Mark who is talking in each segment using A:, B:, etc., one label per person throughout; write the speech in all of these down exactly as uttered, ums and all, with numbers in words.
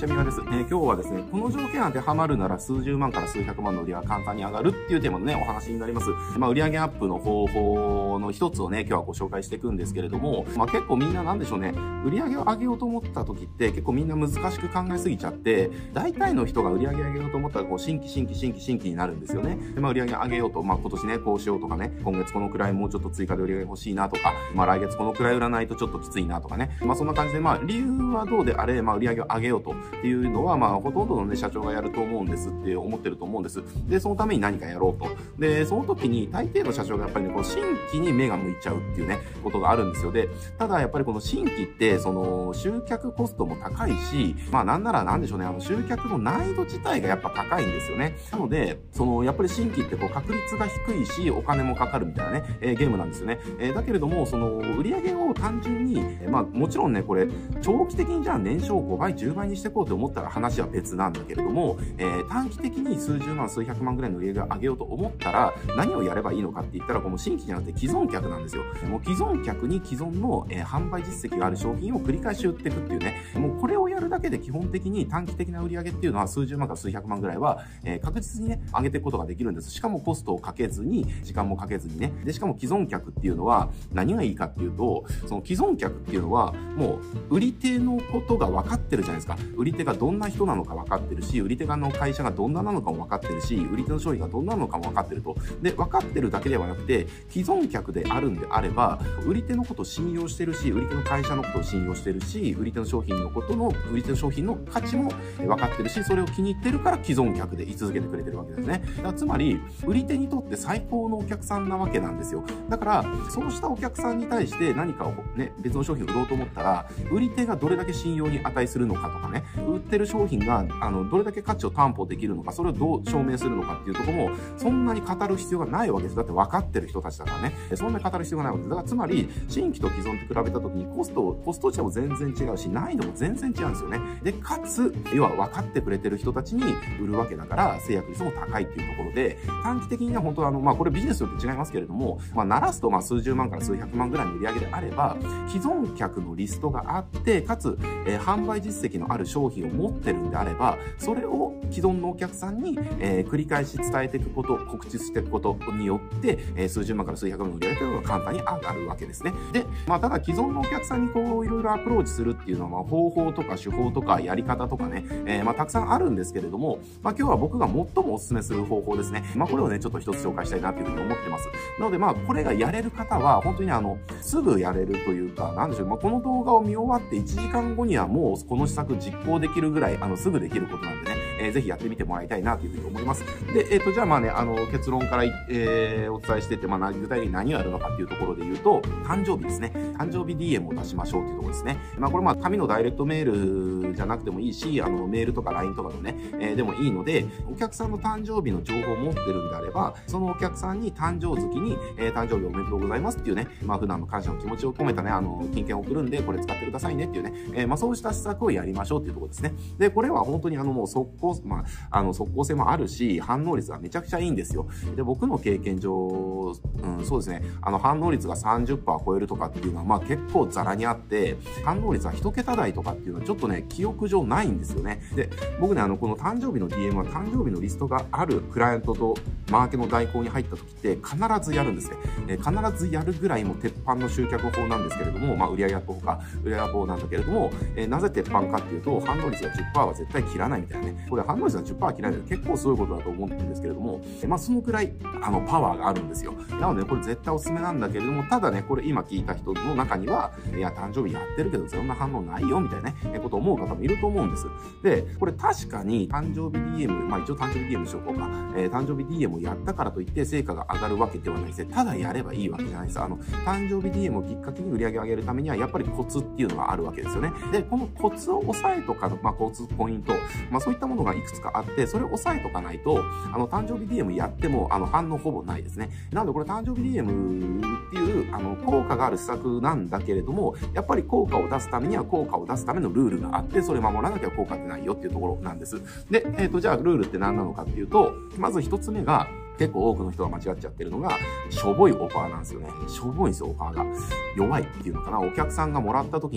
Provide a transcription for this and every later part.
A: 三輪です。えー、今日はですね、この条件当てはまるなら数十万から数百万の売り上げが簡単に上がるっていうテーマのね、お話になります。まあ、売上アップの方法の一つをね、今日はご紹介していくんですけれども、まあ、結構みんななんでしょうね、売上を上げようと思った時って結構みんな難しく考えすぎちゃって、大体の人が売上上げようと思ったら、こう、新規新規新規新規になるんですよね。で、まあ、売上上げようと、まあ、今年ね、こうしようとかね、今月このくらいもうちょっと追加で売上欲しいなとか、まあ、来月このくらい売らないとちょっときついなとかね。まあ、そんな感じで、まあ、理由はどうであれ、まあ、売上を上げようとっていうのは、まあ、ほとんどのね、社長がやると思うんですって思ってると思うんです。で、そのために何かやろうと。で、その時に大抵の社長がやっぱりね、この新規に目が向いちゃうっていうね、ことがあるんですよ。で、ただやっぱりこの新規って、その、集客コストも高いし、まあなんならなんでしょうね、あの、集客の難易度自体がやっぱ高いんですよね。なので、その、やっぱり新規ってこう、確率が低いし、お金もかかるみたいなね、えー、ゲームなんですよね。えー、だけれども、その、売り上げを単純に、えー、まあもちろんね、これ、長期的にじゃあ年商ごばい、じゅうばいにしていこうと思ったら話は別なんだけれども、えー、短期的に数十万、数百万ぐらいの売り上げを上げようと思ったら、何をやればいいのかって言ったら、この新規じゃなくて既存客なんですよ。もう既存客に既存の、えー、販売実績がある商品を繰り返し売っていくっていうね、もうこれをやるだけで基本的に短期的な売り上げっていうのは数十万から数百万ぐらいは、えー、確実にね、上げていくことができるんです。しかもコストをかけずに、時間もかけずにね。で、しかも既存客っていうのは何がいいかっていうと、その既存客っていうのは、もう売り手のことが分かってるじゃないですか。売り手がどんな人なのか分かってるし、売り手側の会社がどんななのかも分かってるし、売り手の商品がどんなのかも分かってると。で、分かってるだけではなくて、既存客であるんであれば、売り手のことを信用してるし、売り手の会社のことを信用してるし、売り手の商品のことの、売り手の商品の価値も分かってるし、それを気に入ってるから既存客で居続けてくれてるわけですね。だからつまり、売り手にとって最高のお客さんなわけなんですよ。だから、そうしたお客さんに対して何かをね、別の商品を売ろうと思ったら、売り手がどれだけ信用に値するのかとかね、売ってる商品が、あの、どれだけ価値を担保できるのか、それをどう証明するのかっていうところも、そんなに語る必要がないわけです。だって分かってる人たちだからね。そんなに語る必要がないわけです。だからつまり、新規と既存と比べたときにコスト、コスト値も全然違うし、難易度も全然違うんですよね。で、かつ、要は分かってくれてる人たちに売るわけだから、制約率も高いっていうところで、短期的には本当はあの、まあ、これビジネスによって違いますけれども、まあ、鳴らすとまあ数十万から数百万ぐらいの売り上げであれば、既存客のリストがあって、かつ、えー、販売実績のある商品を持ってるんであれば、それを既存のお客さんに、えー、繰り返し伝えていくこと、告知していくことによって、えー、数十万から数百万の売り上げというのが簡単に上がるわけですね。で、まあ、ただ既存のお客さんにこう、いろいろアプローチするっていうのは、まあ、方法とか手法とかやり方とかね、えー、まあ、たくさんあるんですけれども、まあ、今日は僕が最もお勧めする方法ですね。まあ、これをね、ちょっと一つ紹介したいなというふうに思ってます。なので、まあ、これがやれる方は、本当にあの、すぐやれるというか、なんでしょう、まあ、この動画を見終わっていちじかんごにはもうこの施策実行できるぐらい、あの、すぐできることなんでね、えー、ぜひやってみてもらいたいなというふうに思います。で、えっと、じゃあまあね、あの、結論から、えー、お伝えしてって、まあ、具体的に何をやるのかっていうところで言うと、誕生日ですね。誕生日 ディーエム を出しましょうっていうところですね。まあ、これまあ、紙のダイレクトメールじゃなくてもいいし、あの、メールとか ライン とかのね、えー、でもいいので、お客さんの誕生日の情報を持ってるんであれば、そのお客さんに誕生月に、えー、誕生日おめでとうございますっていうね、まあ、普段の感謝の気持ちを込めたね、あの、金券を送るんで、これ使ってくださいねっていうね、えー、まあ、そうした施策をやりましょうっていうところですね。で、これは本当にあの、もう速攻、まあ、あの、速攻性もあるし、反応率がめちゃくちゃいいんですよ。で、僕の経験上、うん、そうですね、あの、反応率が さんじゅっパーセント 超えるとかっていうのは、まあ、結構ザラにあって、反応率は一桁台とかっていうのはちょっとね、記憶上ないんですよね。で、僕ね、あの、この誕生日の ディーエム は誕生日のリストがあるクライアントとマーケの代行に入った時って必ずやるんですね。えー、必ずやるぐらいも鉄板の集客法なんですけれども、まあ、売上アップ法か、売上アップ法なんだけれども、えー、なぜ鉄板かっていうと、反応率が じゅっパーセント は絶対切らないみたいなね。これ反応率が じゅっパーセント 切らないって結構すごいことだと思うんですけれども、えー、まあ、そのくらい、あの、パワーがあるんですよ。なので、これ絶対おすすめなんだけれども、ただね、これ今聞いた人の中には、いや、誕生日やってるけど、そんな反応ないよ、みたいなね、えー、ことを思う方もいると思うんです。で、これ確かに誕生日 ディーエム、まあ一応誕生日 ディーエム にしようか、えー、誕生日 ディーエム をやったからといって成果が上がるわけではないですね。ただやればいいわけじゃないです。あの、誕生日 ディーエム をきっかけに売り上げを上げるためには、やっぱりコツっていうのがあるわけですよね。で、このコツを押さえとかの、まあコツポイント、まあそういったものがいくつかあって、それを押さえとかないと、あの、誕生日 ディーエム やっても、あの、反応ほぼないですね。なのでこれ誕生日 ディーエム っていう、あの、効果がある施策なんだけれども、やっぱり効果を出すためには効果を出すためのルールがあって、それ守らなきゃ効果ってないよっていうところなんです。で、えっと、じゃあルールって何なのかっていうと、まず一つ目が、結構多くの人が間違っちゃってるのが、しょぼいオファーなんですよね。しょぼいんですよ、オファーが。弱いっていうのかな。お客さんがもらった時に、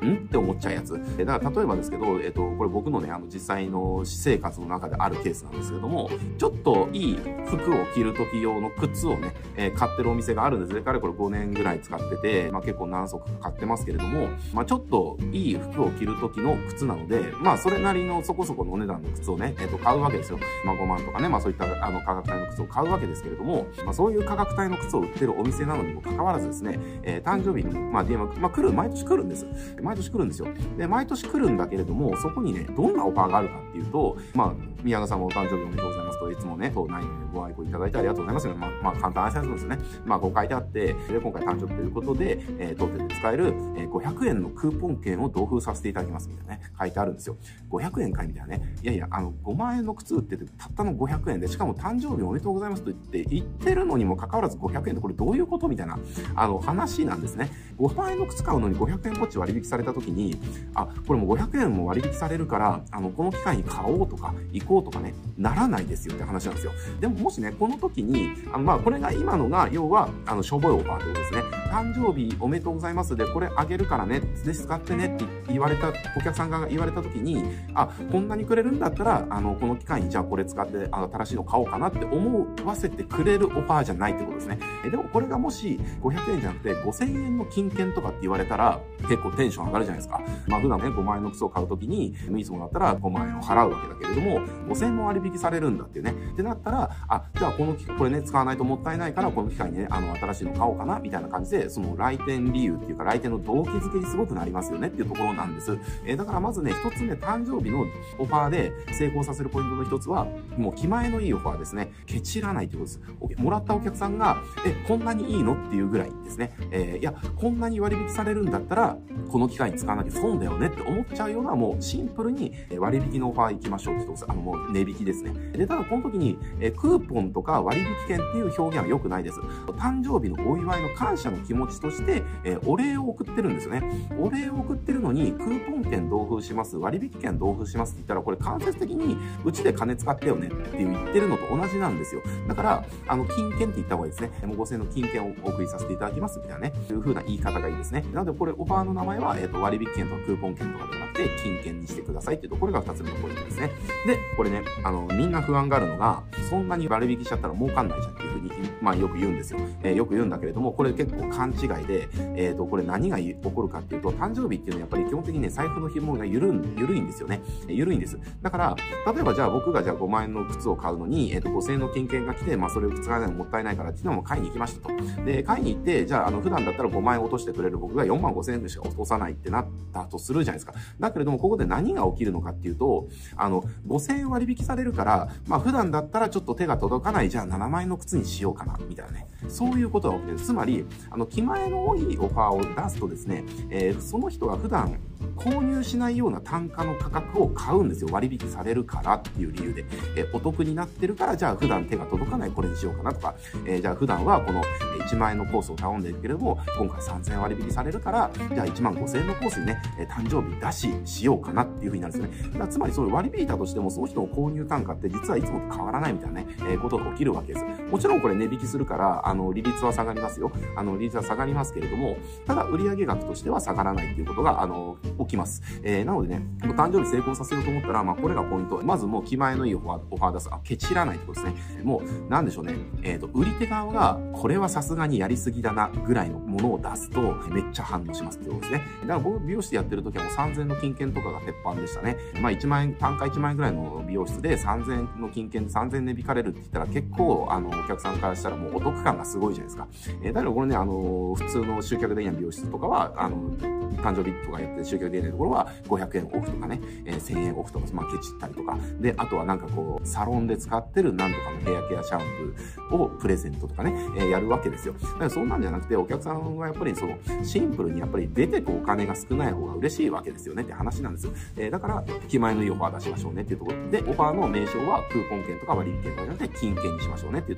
A: んって思っちゃうやつ。えだから例えばですけど、えっと、これ僕のね、あの実際の私生活の中であるケースなんですけれども、ちょっといい服を着る時用の靴をね、えー、買ってるお店があるんですね。かれこれごねんぐらい使ってて、まあ結構何足か買ってますけれども、まあちょっといい服を着る時の靴なので、まあそれなりのそこそこのお値段の靴をね、えっと、買うわけですよ。まあごまんとかね、まあそういったあの価格帯の靴を買うわけですけれども、まあそういう価格帯の靴を売ってるお店なのにもかかわらずですね、えー、誕生日に、まあ ディーエム、まあ来る、毎年来るんです。毎年来るんですよ。で、毎年来るんだけれども、そこにね、どんなオファーがあるかっていうと、まあ、宮川さんもお誕生日おめでとうございますと、いつもね、当内でご愛顧いただいてありがとうございますよね。まあ、まあ、簡単な挨拶ですね。まあ、こう書いてあって、で、今回誕生日ということで、えー、当店で使える、えー、ごひゃくえんのクーポン券を同封させていただきますみたいなね、書いてあるんですよ。ごひゃくえんかいみたいなね。いやいや、あの、ごまんえんの靴売ってて、たったのごひゃくえんで、しかも誕生日おめでとうございますと言って、言ってるのにもかかわらずごひゃくえんってこれどういうことみたいな、あの、話なんですね。ごまんえんの靴買うのにごひゃくえんこっち割引された時に、あ、これもうごひゃくえんも割引されるから、あの、この機会に買おうとか、行こうとかね、ならないですよって話なんですよ。でももしね、この時に、あの、まあ、これが今のが、要は、あの、しょぼいオファーってことですね。誕生日おめでとうございますで、これあげるからね、で、使ってねって言われた、お客さんが言われた時に、あ、こんなにくれるんだったら、あの、この機会にじゃあこれ使って、あの、新しいの買おうかなって思わせてくれるオファーじゃないってことですね。え、でもこれがもし、ごひゃくえんじゃなくて、ごせんえんの金券とかって言われたら、結構テンション上がるじゃないですか。まあ、普段ね、ごまんえんの靴を買う時に、いつもだったらごまんえんを払うわけだけれども、ごせんえんも割引されるんだっていうね。ってなったら、あ、じゃあこの機会、これね、使わないともったいないから、この機会にね、あの、新しいの買おうかな、みたいな感じで、その来店理由っていうか、来店の動機づけにすごくなりますよねっていうところなんです。えー、だからまずね、一つ目、誕生日のオファーで成功させるポイントの一つは、もう気前のいいオファーですね。ケチらないってことです。もらったお客さんが、え、こんなにいいのっていうぐらいですね。えー、いや、こんなに割引されるんだったら、この機会に使わなきゃ損だよねって思っちゃうような、もうシンプルに割引のオファー行きましょうってことです。あの、もう値引きですね。で、ただこの時に、えー、クーポンとか割引券っていう表現は良くないです。誕生日のお祝いの感謝の気持ちとして、えー、お礼を送ってるんですよね。お礼を送ってるのに、クーポン券同封します、割引券同封しますって言ったら、これ間接的に、うちで金使ってよねって言ってるのと同じなんですよ。だから、あの、金券って言った方がいいですね。もうごせんえんの金券をお送りさせていただきますみたいなね、いう風な言い方がいいですね。なので、これ、オファーの名前は、えっと、割引券とかクーポン券とかではなくて、金券にしてくださいっていうと、これが二つ目のポイントですね。で、これね、あの、みんな不安があるのが、そんなに割引しちゃったら儲かんないじゃんっていう風に、まあ、よく言うんですよ。えー、よく言うんだけれども、これ結構勘違いで、えっと、これ何が起こるかっていうと、誕生日っていうのはやっぱり基本的にね、財布の紐が緩ん、緩いんですよね。緩いんです。だから、例えばじゃあ僕がじゃあごまんえんの靴を買うのに、えっと、ごせんえんの金券が来て、まあ、それを使わないのもったいないからっていうのも買いに行きましたと。で、買いに行って、じゃあ、あの、普段だったらごまんえん落としてくれる僕がよんまんごせんえんでしか落とさないってなったとするじゃないですか。だけれども、ここで何が起きるのかっていうと、あの、ごせんえん割引されるから、まあ、普段だったらちょっと手が届かない、じゃあななまんえんの靴にしようかな、みたいなね。そういうことが起きてる。つまり、あの、気前の多いオファーを出すとですね、えー、その人が普段購入しないような単価の価格を買うんですよ。割引されるからっていう理由で。えー、お得になってるから、じゃあ普段手が届かないこれにしようかなとか、えー、じゃあ普段はこのいちまんえんのコースを頼んでるけれども、今回さんぜんえん割引されるから、じゃあいちまんごせんえんのコースにね、えー、誕生日出ししようかなっていう風になるんですよね。だからつまりそういう割引いたとしても、その人の購入単価って実はいつもと変わらないみたいなね、えー、ことが起きるわけです。もちろんこれ値引きするから、あの、利率は下がりますよ。あの、利率は下がりますけれども、ただ売上額としては下がらないっていうことが、あの、起きます。えー、なのでね、誕生日成功させようと思ったら、まあ、これがポイント。まずもう気前のいいオファー、オファー出す。あ、ケチらないってことですね。もう、なんでしょうね。えっと、売り手側が、これはさすがにやりすぎだな、ぐらいのものを出すと、めっちゃ反応しますってことですね。だから僕、美容室でやってる時はもうさんぜんえんの金券とかが鉄板でしたね。まあ、いちまんえん、単価いちまんえんぐらいの美容室でさんぜんえんの金券でさんぜんえん値引かれるって言ったら、結構、あの、お客さんからしたらもうお得感がすごいじゃないですか。えー、だからこれね、あの、普通の集客できない美容室とかは、あの、誕生日とかやって集客できないところはごひゃくえんオフとかね、えー、せんえんオフとか、まあ、ケチったりとか。で、あとはなんかこう、サロンで使ってるなんとかのヘアケアシャンプーをプレゼントとかね、えー、やるわけですよ。だからそんなんじゃなくて、お客さんはやっぱりその、シンプルにやっぱり出てくお金が少ない方が嬉しいわけですよねって話なんですよ。えー、だから、気前のいいオファー出しましょうねっていうところで、オファーの名称はクーポン券とか割引券とかじゃなくて、金券にしましょうねっていうところですね。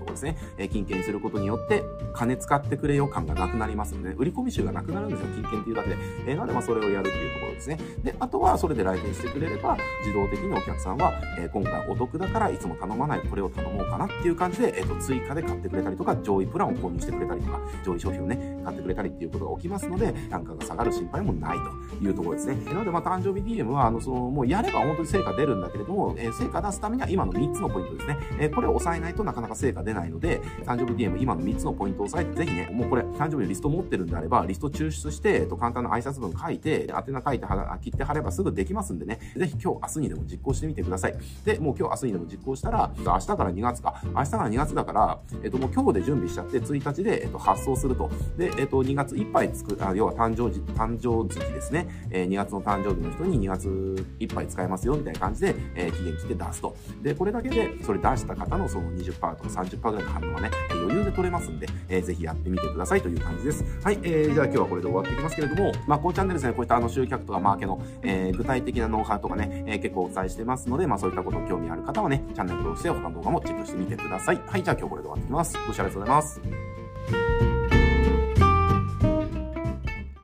A: えー、金券にすることによって、金使ってくれよ感がなくなりますので、売り込み収がなくなるんですよ、金券っていうだけで。えー、なので、まあ、それをやるっていうところですね。で、あとは、それで来店してくれれば、自動的にお客さんは、えー、今回お得だから、いつも頼まないこれを頼もうかなっていう感じで、えっと、追加で買ってくれたりとか、上位プランを購入してくれたりとか、上位商品をね、買ってくれたりっていうことが起きますので、単価が下がる心配もないというところですね。なので、まあ、誕生日 ディーエム は、あの、その、もうやれば本当に成果出るんだけれども、えー、成果出すためには今のみっつのポイントですね。えー、これを抑えないとなかなか成果出ないので、誕生日 ディーエム、今のみっつのポイントを押さえて、ぜひね、もうこれ、誕生日のリスト持ってるんであれば、リスト抽出して、えっと、簡単な挨拶文書いて、宛名書いて、切って貼ればすぐできますんでね、ぜひ今日、明日にでも実行してみてください。で、もう今日、明日にでも実行したら、明日からにがつか、明日からにがつだから、えっと、もう今日で準備しちゃって、ついたちで、えっと、発送すると。で、えっと、にがついっぱいつく、あ、要は誕生時、誕生月ですね。えー、にがつの誕生日の人ににがついっぱい使えますよ、みたいな感じで、えー、期限切って出すと。で、これだけで、それ出した方のその にじゅっパーセント とか さんじゅっパーセント ぐらいの反応はね、えー、余裕で取れますんで、えー、ぜひやってみてくださいという感じです。はい、えー、じゃあ今日はこれで終わっていきますけれども、まあ、このチャンネルですね、こういったあの集客とかマーケの、えー、具体的なノウハウとかね、えー、結構お伝えしてますので、まあ、そういったこと興味ある方はね、チャンネル登録して他の動画もチェックしてみてください。はい、じゃあ今日これで終わっていきます。ご視聴ありがとうございます。